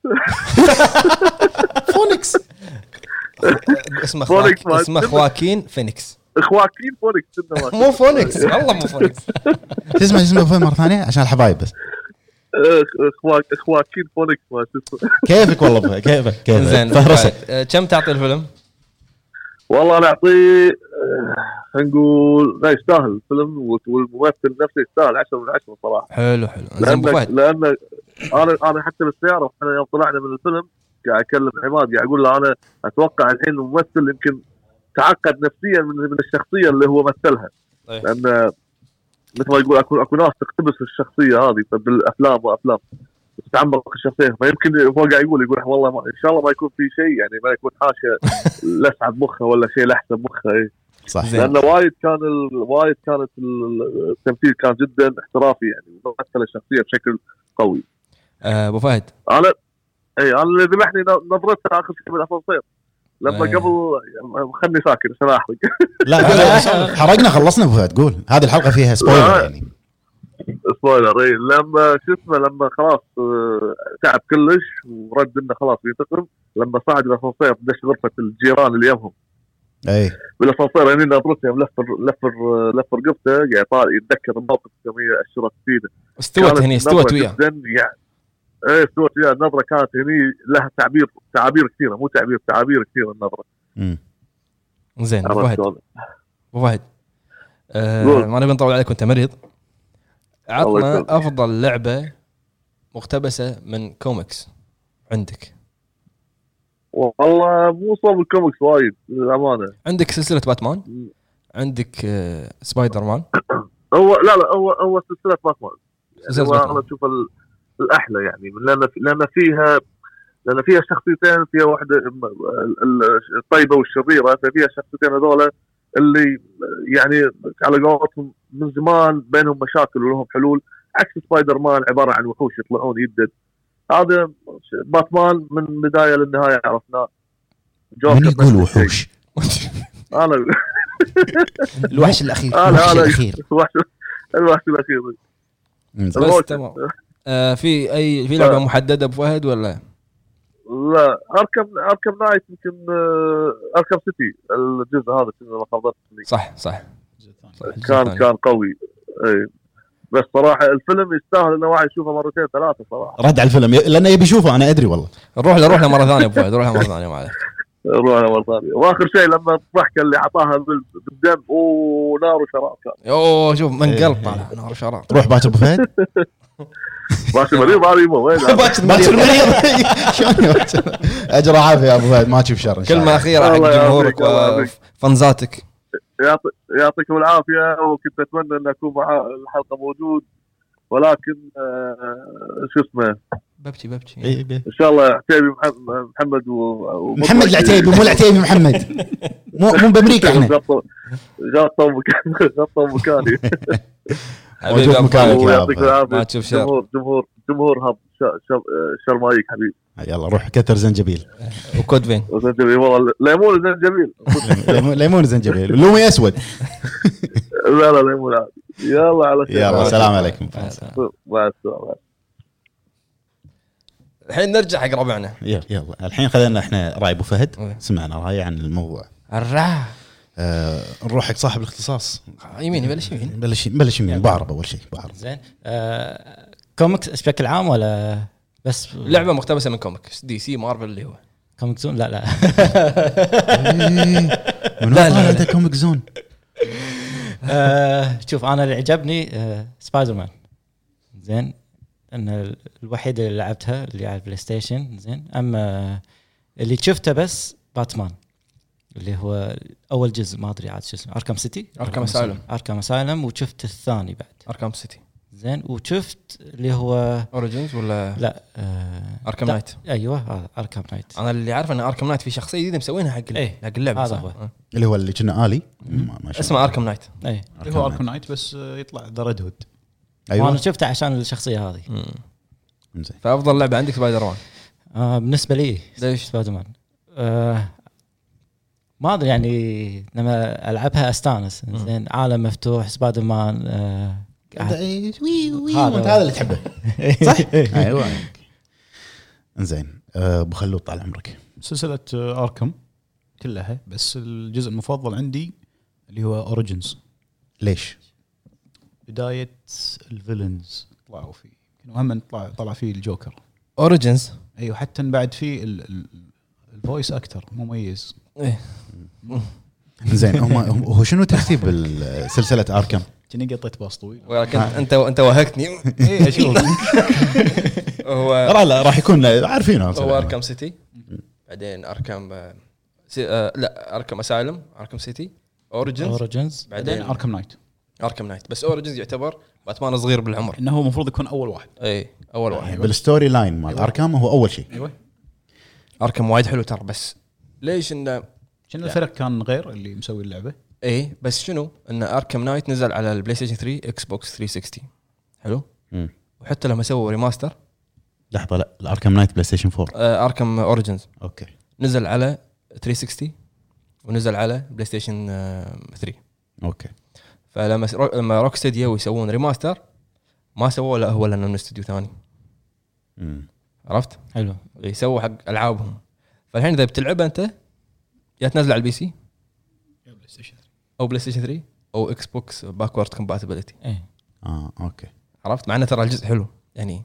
فونكس اسمه خواك... اسمه خواكين فينيكس. خواكين فونكس مو فونكس والله مو فونكس. تسمع اسمه فين مره ثانيه عشان الحبايب بس. خواك خواكين فونكس ما اسمه. كيفك والله كيفك كيف زين. كم تعطي الفيلم؟ والله انا اعطيه نقول لا يستاهل الفيلم والممثل نفسه يستاهل عشرة من عشرة صراحه. حلو حلو. لان لان انا انا حتى بالسياره احنا يوم طلعنا من الفيلم قاعد اكلم عماد قاعد اقول له انا اتوقع الحين الممثل يمكن تعقد نفسيا من من الشخصيه اللي هو مثلها. طيب. لان مثل ما يقول اكو اكو ناس تقتبس الشخصيه هذه بالافلام وافلام تتعمق الشخصيه، فيمكن هو قاعد يقول يقول والله ما ان شاء الله ما يكون في شيء يعني ما يكون حاشه لسعه بمخه ولا شيء لحسه بمخه. ايه صح. لانه وايد كان ال... وايد كانت التمثيل كان جدا احترافي يعني ومثل الشخصيه بشكل قوي. ابو فهد انا اي انا اللي ذبحني نظرته اخر شيء بالاسانسير لما أيه. قبل خلني ساكن عشان احرق. لا حرقنا خلصنا ابو فهد قول هذه الحلقه فيها سبويلر يعني. سبويلر اي لما شو اسمه لما خلاص تعب كلش ورد انه خلاص ينتقم لما صعد الاسانسير دش غرفه الجيران اللي يمهم. اي بالاسانسير يعني نظرته يوم لفر لفر لفر رقبته قاعد طالع يتذكر الموقف كم هي اشرت فيه. استوت هني استوت وياه. يعني ايه استوت وياه النظره كانت هني لها تعبير تعابير كثيره مو تعبير تعابير كثيره النظره. امم زين ابو فهد ابو فهد آه ما نبي نطول عليك وانت مريض. عطنا افضل لعبه مقتبسه من كوميكس عندك. والله مو صوب الكوميكس وايد للامانه. عندك سلسله باتمان عندك آه سبايدر مان. هو لا لا هو هو سلسله باتمان يعني هو انا اشوف الاحلى يعني لان لان فيها لان فيها شخصيتين فيها واحده الطيبه والشريره فيها الشخصيتين هذول اللي يعني على قولتهم من زمان بينهم مشاكل ولهم حلول عكس سبايدر مان عباره عن وحوش يطلعون يدد. هذا باتمان من البدايه للنهايه عرفناه. من يقول وحوش؟ انا الوحش الاخير. الوحش الاخير الوحش الاخير بس تمام. آه في اي في لعبه محدده بفهد ولا لا؟ اركب اركب نايت يمكن اركب سيتي الجزء هذا كنا خلصت صح صح كان كان قوي. اي بس صراحه الفيلم يستاهل انه واحد يشوفه مرتين ثلاثه صراحه. رد على الفيلم لانه يبي يشوفه انا ادري والله. نروح له نروح له مره ثانيه ابو فهد نروح له مره ثانيه ما عليك. نروح له مره ثانيه. واخر شيء لما الضحكه اللي عطاها بالدم ونار وشراب كان اوه شوف من قلب طالع نار وشراب. روح باكر ابو فهد. باكر مريض هذه مو وين باكر مريض شلون اجر عافيه يا ابو فهد ما تشوف شر. كلمه اخيره حق جمهورك وفنزاتك. يعطيكم العافيه وكنت اتمنى ان اكون مع الحلقه موجود ولكن آه شو اسمه ببكي ببكي ان شاء الله عتيبي محمد و محمد العتيبي مو العتيبي محمد مو مو بامريكا احنا جاطوا مكان جاطوا مكاني موجود مكانك يعطيك العافيه. ما تشوف شر. جمهور جمهور جمهور هب شرمايك حبيبي. يلا روح كثر زنجبيل وكود فين زنجبيل والله ليمون زنجبيل ليمون زنجبيل لومي اسود. لا لا ليمون عادي. يلا على خير. يلا السلام عليكم. مع السلامه. الحين نرجع حق ربعنا. يلا يلا الحين خذينا احنا راي ابو فهد سمعنا راي عن الموضوع. الراه آه نروح حق صاحب الاختصاص. يمين بلش يمين بلش بلش يمين بعرب اول شيء بعرب. زين آه كوميكس بشكل عام ولا بس لعبه مقتبسه من كوميكس دي سي مارفل اللي هو كوميك زون؟ لا لا لا لا هذا كوميك زون. آه شوف انا اللي عجبني آه سبايدر مان زين ان الوحيده اللي لعبتها اللي على البلاي ستيشن زين. اما اللي شفته بس باتمان اللي هو اول جزء ما ادري عاد شو اسمه اركام سيتي اركام اسايلم اركام اسايلم وشفت الثاني بعد اركام سيتي زين وشفت اللي هو اوريجينز ولا لا آه اركام لا. نايت ايوه هذا اركام نايت انا اللي عارف ان اركام نايت في شخصيه جديده مسوينها حق إيه. حق اللعبه هذا صح؟ هو. آه. اللي هو اللي كنا آلي ما ما شاء اسمه اركام نايت اي اللي هو اركون نايت بس آه، يطلع ذا ريد هود. ايوه وانا شفته عشان الشخصيه هذه زين. فافضل لعبه عندك سبايدر مان آه بالنسبه لي ليش؟ سبايدر مان آه ما ادري يعني لما العبها استانس زين عالم مفتوح سبايدر مان آه وي وي هذا وانت هو. هذا اللي تحبه صح ايوه انزين ابو خلود طال عمرك سلسله آه، اركم كلها بس الجزء المفضل عندي اللي هو اوريجينز. ليش؟ بدايه الفيلنز طلعوا فيه وهم طلع طلع فيه الجوكر. اوريجينز ايوه حتى بعد فيه ال- ال- الفويس اكتر مميز. ايه زين هم هم- هو شنو ترتيب سلسله اركم؟ كني قطيت باص طويل. ولكن انت انت وهكتني اي اشوف. هو لا لا راح يكون عارفينه هو اركام سيتي بعدين اركام آه، سي... آه لا اركام اسايلم اركام سيتي اوريجينز اوريجنز بعدين بعدين اركم نايت اركام نايت بس اوريجينز يعتبر باتمان صغير بالعمر انه هو المفروض يكون اول واحد. اي اول واحد بالستوري لاين مال اركام هو اول شيء. ايوه اركام وايد حلو ترى بس ليش انه شنو الفرق كان غير اللي مسوي اللعبه؟ ايه بس شنو ان اركام نايت نزل على البلاي ستيشن ثري اكس بوكس ثري سيكستي حلو مم. وحتى لما سووا ريماستر لحظه لا الاركام نايت بلاي ستيشن فور. آه اركام اوريجينز اوكي نزل على ثري سيكستي ونزل على بلاي ستيشن آه ثري اوكي فلما س- رو- لما روك ستوديو يسوون ريماستر ما سووا لا هو لانه من استوديو ثاني مم. عرفت حلو يسووا حق العابهم فالحين اذا بتلعبها انت يا تنزل على البي سي بلاي ستيشن او بلاي ستيشن ثري او اكس بوكس باكورد كومباتيبلتي ايه اه اوكي عرفت مع انه ترى الجزء حلو يعني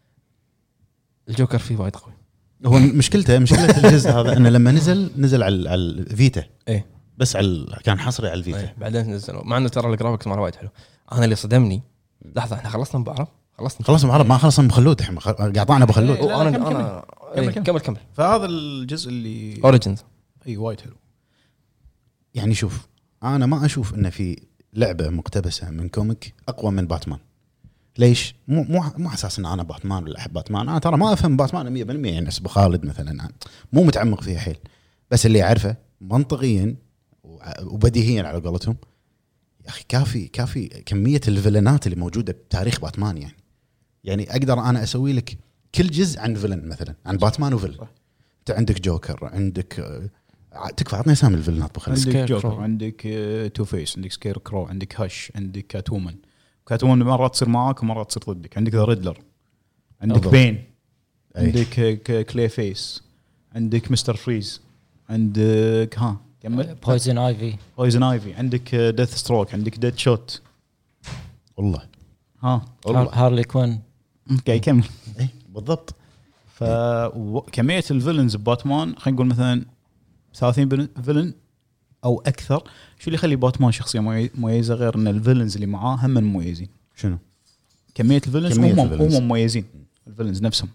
الجوكر فيه وايد قوي هو مشكلته مشكله الجزء هذا انه لما نزل نزل على على الفيتا ايه بس على ال- كان حصري على الفيتا. إيه. بعدين نزلوا مع انه ترى الجرافيكس ماله وايد حلو انا اللي صدمني لحظه احنا خلصنا بعرب خلصنا خلص بعرب ما خلصنا ابو خلود الحين خ- قاطعنا ابو خلود. لا، لا، وانا كمل، انا كمل. إيه، كمل، كمل كمل فهذا الجزء اللي اوريجينز اي وايد حلو. يعني شوف انا ما اشوف انه في لعبه مقتبسه من كوميك اقوى من باتمان. ليش؟ مو مو مو اساس ان انا باتمان ولا احب باتمان، انا ترى ما افهم باتمان مية بالمية يعني ابو خالد مثلا أنا مو متعمق فيها حيل، بس اللي اعرفه منطقيا وبديهيا على قولتهم يا اخي كافي كافي كميه الفيلنات اللي موجوده بتاريخ باتمان. يعني يعني اقدر انا اسوي لك كل جزء عن فيلن مثلا عن باتمان وفيلن. انت عندك جوكر عندك آه، تكفى عطني اسامي الفيلنات ابو خالد. عندك سكير جوكر كرو. عندك آه، تو فيس عندك سكير كرو عندك هاش عندك كاتومن. كاتومن مرات تصير معاك ومرات تصير ضدك. عندك ذا ريدلر عندك بالضبط. بين أي. عندك آه، ك- كلي فيس عندك مستر فريز عندك ها كمل بويزن ايفي بويزن ايفي عندك ديث ستروك عندك ديد شوت والله ها هارلي كوين اوكي كمل. اي بالضبط. فكميه الفيلنز بباتمان خلينا نقول مثلا ثلاثين بن- فيلن او اكثر. شو اللي يخلي باتمان شخصيه ممي- مميزه غير ان الفيلنز اللي معاه هم مميزين؟ شنو؟ كميه الفيلنز كمية هم الفيلنز. هم مميزين الفيلنز نفسهم.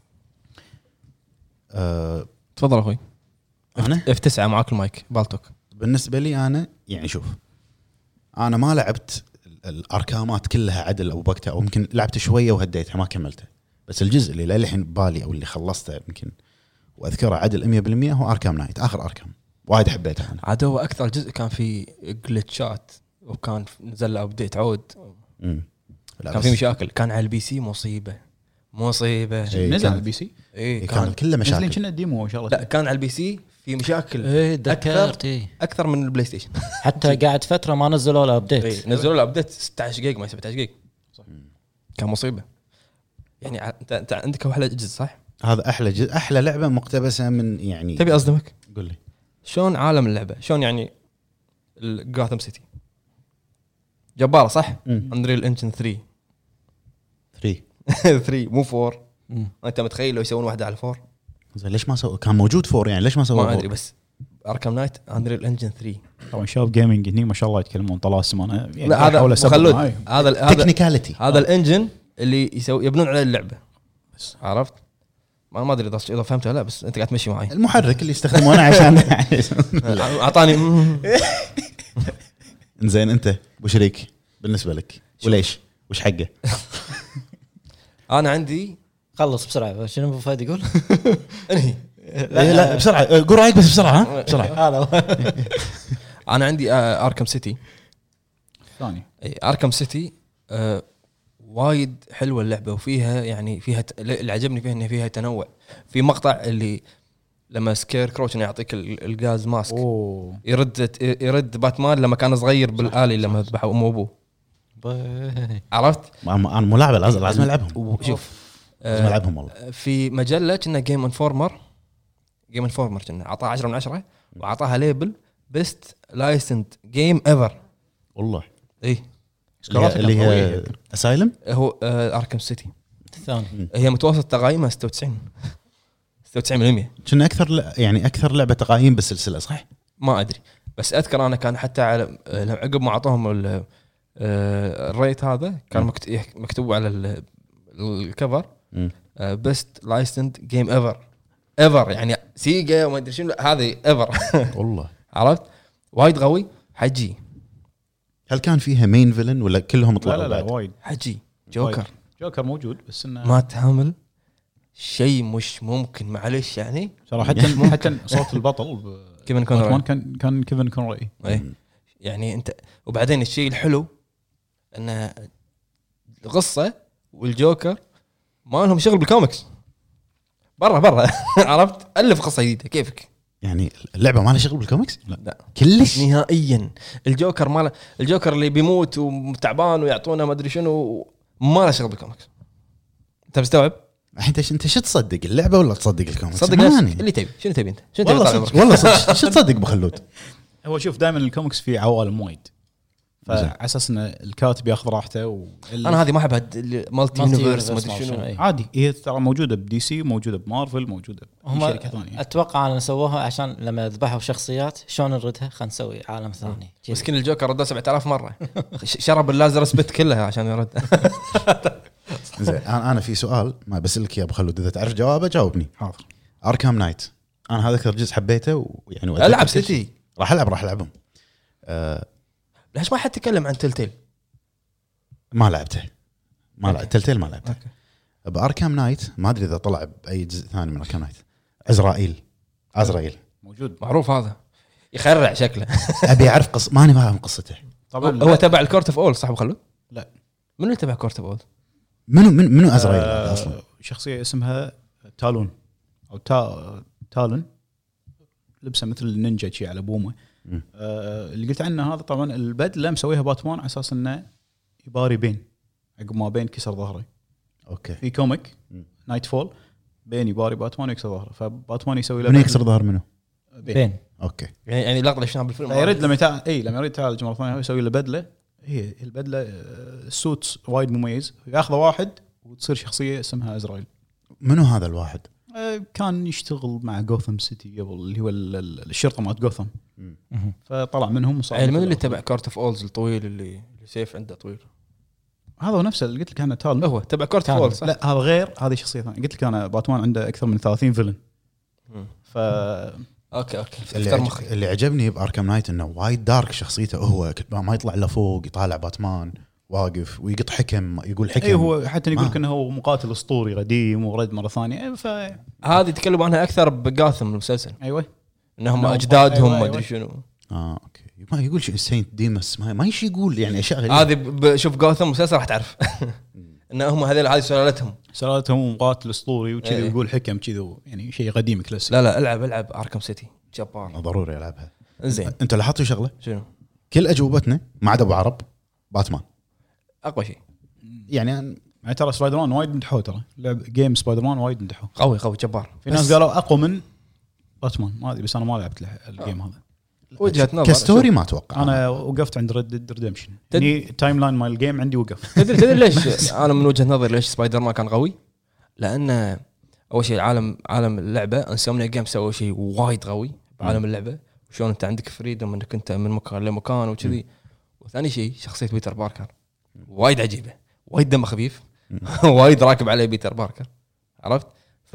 آه تفضل اخوي انا اف تسعة معاك المايك بالتوك بالنسبه لي انا يعني شوف انا ما لعبت ال- الاركامات كلها عدل او بكتة او يمكن لعبت شويه وهديتها ما كملتها، بس الجزء اللي للحين ببالي او اللي خلصته يمكن واذكره عدل مية بالمية هو اركام نايت اخر اركام وايد حبيته انا. عاد هو اكثر جزء كان فيه جلتشات وكان نزل له ابديت عود امم لا كان بس في مشاكل كان على البي سي مصيبه مصيبه إيه، نزل كان- على البي سي ايه كان كان كله نزلين مشاكل. كنا ديمو ان شاء الله. لا كان على البي سي في مشاكل ايه تذكرت أكثر. إيه. اكثر من البلاي ستيشن حتى قاعد فتره ما نزلوا له ابديت إيه. نزلوا له ابديت ستة عشر جيجا ما سبعة عشر جيجا كان مصيبه يعني ع- انت انت عندك احلى جزء صح؟ هذا احلى جزء احلى لعبه مقتبسه من يعني تبي اصدمك قول لي شلون عالم اللعبه شلون يعني جاثم سيتي جباره صح؟ مم. اندريل انجن ثري ثري ثري مو فور مم. انت متخيل لو يسوون واحده على فور زين ليش ما سووا كان موجود فور يعني ليش ما سووا ما ادري فور؟ بس اركام نايت اندريل انجن ثري طبعا شباب جيمنج هني ما شاء الله يتكلمون طلاسم انا يعني لا هذا أحاول أبو أسبق خلود معاي. هذا هذا تكنيكاليتي هذا الانجن اللي يسوي يبنون عليه اللعبه بس عرفت ما ما ادري اذا اذا فهمتها لا بس انت قاعد تمشي معي. المحرك اللي يستخدمه انا عشان اعطاني زين. انت ابو شريك بالنسبه لك وليش وش حقه؟ انا عندي خلص بسرعه. شنو ابو فهد يقول؟ انهي لا لا بسرعه قول رايك بس بسرعه ها بسرعه. هذا انا عندي اركم سيتي. ثاني اي اركم سيتي آه وايد حلوه اللعبه وفيها يعني فيها ت... اللي عجبني فيها ان فيها تنوع. في مقطع اللي لما سكير كروتش يعطيك ال- الغاز ماسك اوه يرد يرد باتمان لما كان صغير بالآلي لما ذبحوا ام ابوه عرفت. انا مو لاعب لازم لازم العبهم وشوف لازم آه العبهم والله. في مجله كنا جيم انفورمر جيم انفورمر كنا اعطاها عشرة من عشرة واعطاها ليبل بيست لايسند جيم ايفر والله اي اللي هي اسايلم هو آه اركم سيتي الثاني. هي متوسط تقييمها ستة وتسعين ستة وتسعين بالمية. كنا اكثر ل... يعني اكثر لعبه تقييم بالسلسله صح؟ ما ادري بس اذكر انا كان حتى على آه، عقب ما اعطوهم ال- آه، الريت هذا كان مكت- مكتوب على ال- الكفر مم. بيست لايسند جيم ايفر ايفر يعني سيجا وما ادري شنو هذه ايفر والله. عرفت وايد قوي حجي هل كان فيها مين فيلن ولا كلهم لا طلعوا لا لا بعد؟ وايد حجي جوكر وايد. جوكر موجود بس انه ما تحمل شيء مش ممكن معلش يعني صراحه حتى حتى صوت البطل ب- كيفن باتمان كونري كان كان كيفن كونري. إيه. يعني انت وبعدين الشيء الحلو ان القصه والجوكر ما لهم شغل بالكوميكس برا برا عرفت الف قصه جديده كيفك يعني اللعبه ما لها شغل بالكوميكس؟ لا كلش. نهائيا. الجوكر ماله الجوكر اللي بيموت وتعبان ويعطونا ما ادري شنو ما له شغل بالكوميكس. انت مستوعب؟ انت انت شو تصدق اللعبه ولا تصدق الكوميكس؟ صدق نفسك اللي تبي شنو تبي انت شنو والله تبي صدق والله صدق شو تصدق بخلود؟ هو شوف دائما الكوميكس في عوالم وايد زين. فعلى اساس ان الكاتب ياخذ راحته و... انا هذه ما احب مالتي يونيفرس ما ادري شنو. عادي هي ترى موجوده بدي سي موجوده بمارفل موجوده هم بشركه ثانيه. اتوقع ان سووها عشان لما ذبحوا شخصيات شلون نردها خلينا نسوي عالم ثاني. مسكين الجوكر رده سبعة آلاف مره ش- شرب اللازر سبت كلها عشان يرد. زين انا انا في سؤال ما بسالك يا ابو خلود اذا تعرف جوابه جاوبني. حاضر. اركام نايت انا هذا اكثر جزء حبيته ويعني وأتذكر العب كل شيء. سيتي راح العب راح العبهم. أه ليش ما حد تكلم عن تلتيل؟ ما لعبته ما أوكي. لعبت تلتيل ما لعبته. أوكي. باركام نايت ما ادري اذا طلع باي جزء ثاني من اركام نايت. عزرائيل عزرائيل موجود معروف هذا يخرع شكله. ابي اعرف قص ماني فاهم قصته. طبعا هو تبع الكورت اوف اول صح ابو خلود؟ لا. من اللي تبع كورت اوف اول؟ منو من منو عزرائيل آه اصلا؟ شخصيه اسمها تالون او تا تالون لبسه مثل النينجا شي على بومه. مم. آه اللي قلت عنه هذا طبعا البدله مسويها باتمان على اساس انه يباري بين عقب ما بين كسر ظهره. اوكي. في كوميك مم. نايت فول بين يباري باتمان ويكسر ظهره فباتمان يسوي له منو بدلة- يكسر ظهر منو؟ بين, بين اوكي. يعني يعني اللقطه اللي شفناها بالفيلم فيرد لما يتع... اي لما يريد يتعالج مره ثانيه يسوي له بدله. هي البدله آه، السوت وايد مميز ياخذه واحد وتصير شخصيه اسمها ازرائيل. منو هذا الواحد؟ آه، كان يشتغل مع جوثم سيتي قبل اللي هو ال- ال- الشرطه مالت جوثم فطلع منهم وصار يعني من اللي تبع كورت اوف اولز الطويل اللي اللي سيف عنده طويل هذا هو نفسه اللي قلت لك عنه تال. هو تبع كورت اوف كان. اولز صح؟ لا هذا غير هذه شخصيه ثانيه قلت لك انا باتمان عنده اكثر من ثلاثين فيلن مم. ف اوكي اوكي اللي, افتر عج... مخي اللي عجبني باركام نايت انه وايد دارك شخصيته. هو ما يطلع لفوق يطالع باتمان واقف ويقط حكم يقول حكم. اي هو حتى يقول ما- لك انه هو مقاتل اسطوري قديم ورد مره ثانيه ف هذه تكلموا عنها اكثر بجاثم المسلسل ايوه انهم إنهم- اجدادهم أيوة، ما أيوة. ادري شنو. اه اوكي. ما يقول شيء سينت ديمس ما, ما ايش يقول يعني اشياء غريبه. هذه ب- شوف جاثم مسلسل راح تعرف ان هم هذول هذه سلالتهم. سلالتهم مقاتل اسطوري وكذي إيه. ويقول حكم كذي يعني شيء قديم كلاسيك. لا لا العب العب اركم سيتي جبار. ضروري العبها. زين انت لاحظتوا شغله؟ شنو كل اجوبتنا ما عدا ابو عرب باتمان. اقوى شيء يعني يعني ترى سبايدر مان وايد مدحوه ترى لعب جيم سبايدر مان وايد مدحوه. قوي قوي جبار. في ناس قالوا اقوى من باتمان ما ادري بس انا ما لعبت له- الجيم هذا. وجهه نظر كستوري ما اتوقع. انا وقفت عند ريد ديد ريدمشن تد- يعني التايم لاين مال الجيم عندي وقف. تدري تدري ليش انا من وجهه نظري ليش سبايدر مان كان قوي؟ لان اول شيء عالم عالم اللعبه انسومنيا جيم سووا شيء وايد قوي بعالم اللعبه وشلون انت عندك فريدم انك انت من مكان لمكان وكذي. وثاني شيء شخصيه بيتر باركر وايد عجيبه وايد دمه خفيف وايد راكب عليه بيتر باركر عرفت. ف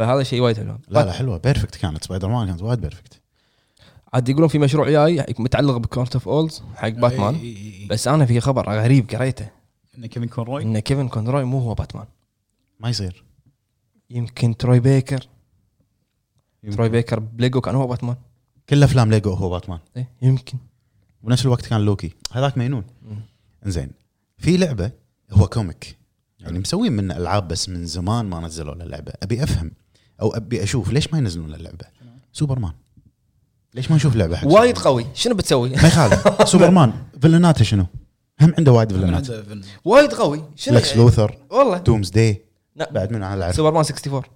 فهذا شيء وايد حلو. لا لا حلوه بيرفكت كانت سبايدر مان كانت وايد بيرفكت. عاد يقولون في مشروع جاي متعلق بكورت اوف اولز حق باتمان. إي- إي- إي. بس انا في خبر غريب قريته ان كيفن كونروي ان كيفن كونروي مو هو باتمان. ما يصير. يمكن تروي بيكر. يمكن. تروي بيكر بليجو كان هو باتمان. كل افلام ليجو هو باتمان. إيه يمكن. ونفس الوقت كان لوكي هذاك مجنون. انزين في لعبه هو كوميك يعني مسوين منه العاب بس من زمان ما نزلوا له لعبه. ابي افهم او ابي اشوف ليش ما ينزلون له لعبه. سوبرمان ليش ما نشوف لعبه حق وايد سوبرمان؟ قوي شنو بتسوي؟ ما يخالف. سوبرمان فيلناته شنو هم عنده وايد فيلنات. عنده فيلن. وايد قوي شنو لكس لوثر والله دومز داي لا. بعد من على العرف سوبرمان أربعة وستين.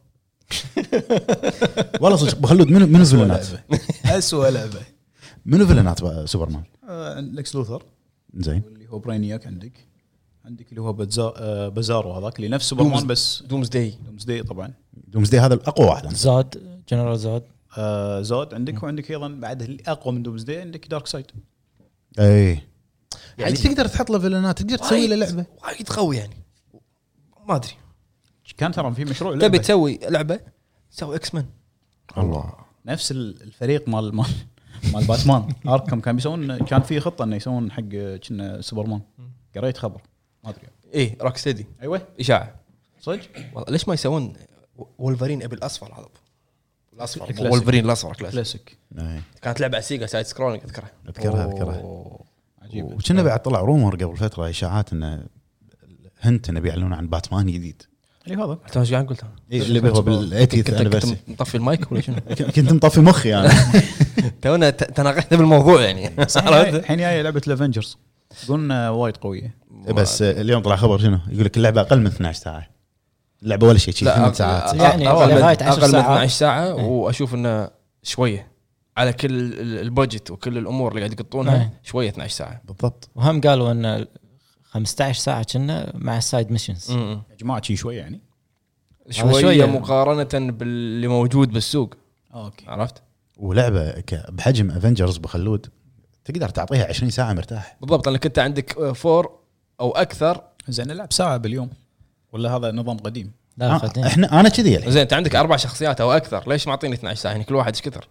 والله صدق بخلود منو منو فيلنات اسوء لعبه منو فيلنات بقى سوبرمان. آه، لكس لوثر زين اللي هو برينياك. عندك عندك اللي هو بزا- آه، بازارو هذاك اللي نفس سوبرمان بس دومز داي. دومز داي طبعا. دومز داي هذا الاقوى واحد. زاد جنرال زاد. آه، زود عندك وعندك ايضا بعد اللي اقوى من دومز داي عندك دارك سايد. اي يعني عجيب. تقدر تحط له فيلنات تقدر تسوي له لعبه. وايد قوي يعني ما ادري. كان ترى في مشروع تبي لعبة. تسوي لعبه سوي اكس مان. الله نفس ال- الفريق مال مال مال باتمان اركم كان بيسوون كان في خطه انه يسوون حق كنا سوبرمان. قريت خبر ما ادري. ايه روك ستدي ايوه اشاعه. صدق. والله ليش ما يسوون وولفرين ابي الاصفر هذا الاصفر الكلاسيك. وولفرين الاصفر كلاسيك. كلاسيك إيه. كانت لعبه على سيجا سايد سكرولينج اذكرها اذكرها اذكرها. أوه. عجيب. وكنا بعد طلع رومر قبل فتره اشاعات انه هنت انه بيعلنون عن باتمان جديد. اللي هذا انت ايش قاعد قلت انا؟ اللي هو بالثمانين كنت anniversary. كنت مطفي المايك ولا شنو؟ كنت مطفي مخي انا. تونا ت- تناقشنا بالموضوع يعني الحين الحين جايه لعبه الافنجرز قلنا وايد قويه. بس اليوم طلع خبر شنو يقول لك اللعبه اقل من اثنتي عشرة ساعه. اللعبه ولا شيء شيء لا ثمان أقل- ساعات. يعني اقل من لغاية عشر اقل من ساعات. اثنتي عشرة ساعه واشوف انه شويه على كل ال- البودجت وكل الامور اللي قاعد يقطونها إيه. شويه اثنتي عشرة ساعه. بالضبط. وهم قالوا ان خمسة عشر ساعه كنا مع السايد ميشنز. م-م. يا جماعه شي شويه يعني. شويه, شوية. مقارنه باللي موجود بالسوق اوكي. عرفت ولعبه ك- بحجم افنجرز بخلود تقدر تعطيها عشرين ساعه مرتاح. بالضبط لانك انت عندك فور او اكثر. زين نلعب ساعه باليوم ولا هذا نظام قديم؟ لا آه، قديم. احنا انا كذي الحين زين انت عندك اربع شخصيات او اكثر ليش معطيني اثنتي عشرة ساعه يعني كل واحد ايش كثر.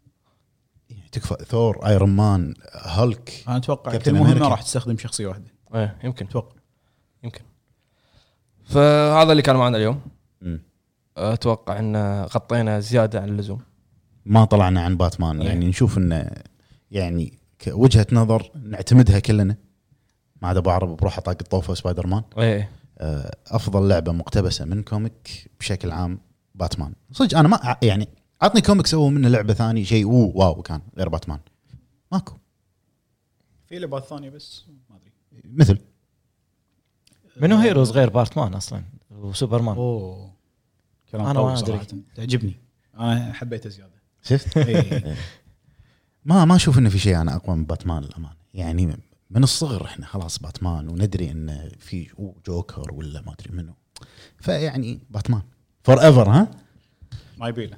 تكفى ثور ايرون مان هالك. انا اتوقع كابتن كل مهمه أمريكا. راح تستخدم شخصيه واحده ايه يمكن اتوقع. يمكن. فهذا اللي كان معنا اليوم. مم. اتوقع ان غطينا زياده عن اللزوم. ما طلعنا عن باتمان يعني نشوف انه يعني كوجهه نظر نعتمدها كلنا ما عدا ابو عرب بروحه طاق الطوفه سبايدر مان. ايه آه، افضل لعبه مقتبسه من كوميك بشكل عام باتمان. صدق انا ما يعني عطني كوميك سووا منه لعبه ثاني شيء اوه واو كان غير باتمان ماكو. في لعبات ثانيه بس ما ادري. مثل منو هيروز غير باتمان اصلا وسوبرمان؟ اوه كلام أنا قوي ما أدري. صراحة. تعجبني انا حبيته زياده. شفت إيه. ما ما اشوف انه في شيء انا اقوى من باتمان للامانه يعني من الصغر احنا خلاص باتمان وندري انه في أوه جوكر ولا ما ادري منه فيعني باتمان فور ايفر. ها ما يبيله.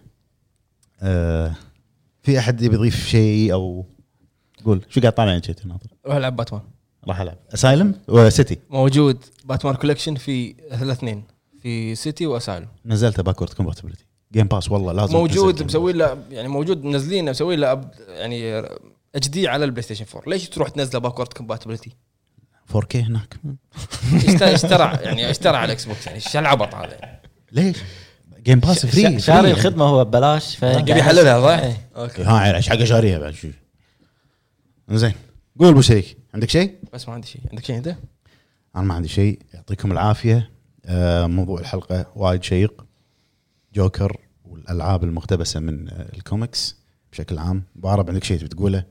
آه في احد يبي يضيف شيء او قول شو قاعد طالع انت ناظر؟ روح العب باتمان. راح العب اسايلم وسيتي. موجود باتمان كولكشن في الاثنين في سيتي واسايلم. نزلته باكورد كومباتيبلتي جيم باس والله لازم موجود تنزل. مسوي له يعني موجود منزلينه مسوي له أب- يعني اتش دي على البلاي ستيشن فور. ليش تروح تنزله باكورد كومباتيبلتي؟ فور كي هناك اشترى اشترى يعني اشترى على الاكس بوكس يعني ايش العبط هذا يعني. ليش جيم باس فري شاري الخدمه هو ببلاش يبي يحللها صح؟ إيه. اوكي ها ايش حاجه شاريها بعد شيء. زين قول ابو شريك عندك شيء؟ بس ما عندي شيء. عندك شيء انت؟ انا ما عندي شيء يعطيكم العافيه. آه موضوع الحلقه وايد شيق جوكر والالعاب المقتبسه من آه الكوميكس بشكل عام. ابو عرب عندك شيء بتقوله؟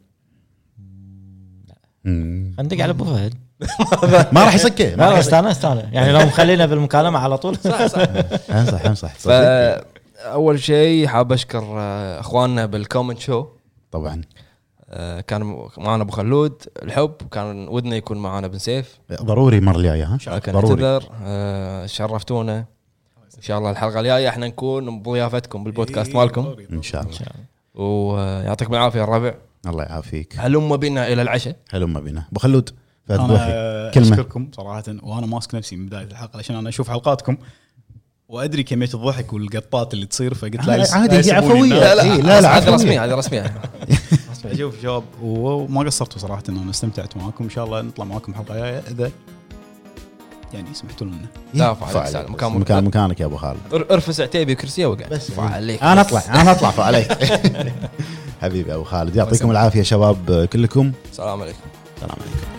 مم. عندك على ابو فهد. ما راح يسكه ما لا راح بس انا استانس يعني لو مخلينا بالمكالمه على طول. صح صح. امزح امزح فاول شيء حاب اشكر آه، اخواننا بالكومنت شو. طبعا آه، كان معنا ابو خلود الحب كان ودنا يكون معنا بن سيف ضروري مره الجايه ها لكن ضروري اعتذر. آه، شرفتونا ان شاء الله الحلقه الجايه احنا نكون بضيافتكم بالبودكاست مالكم ان شاء الله. ويعطيكم العافيه يا الربع. الله يعافيك. هلم بنا الى العشاء. هلم بنا ابو خلود فهد بوحي انا كلمة. اشكركم صراحه وانا ماسك نفسي من بدايه الحلقه عشان انا اشوف حلقاتكم وادري كميه الضحك والقطات اللي تصير فقلت لا عادي، يس- عادي، هي يسبوني عفوية. الناس. لا لا إيه، لا، لا، هذه عفوية. رسميه هذه رسميه شوف شباب وما قصرتوا صراحه انه انا استمتعت معاكم. ان شاء الله نطلع معاكم حلقه جايه اذا يعني سمحتوا لنا. لا فعليك فعليك. سالم. مكان مكان مكانك يا ابو خالد. ار- ارفس عتيبي وكرسيه وقعد بس فعليك انا بس. اطلع انا اطلع فعليك. حبيبي ابو خالد، يعطيكم العافيه شباب كلكم. السلام عليكم. السلام عليكم.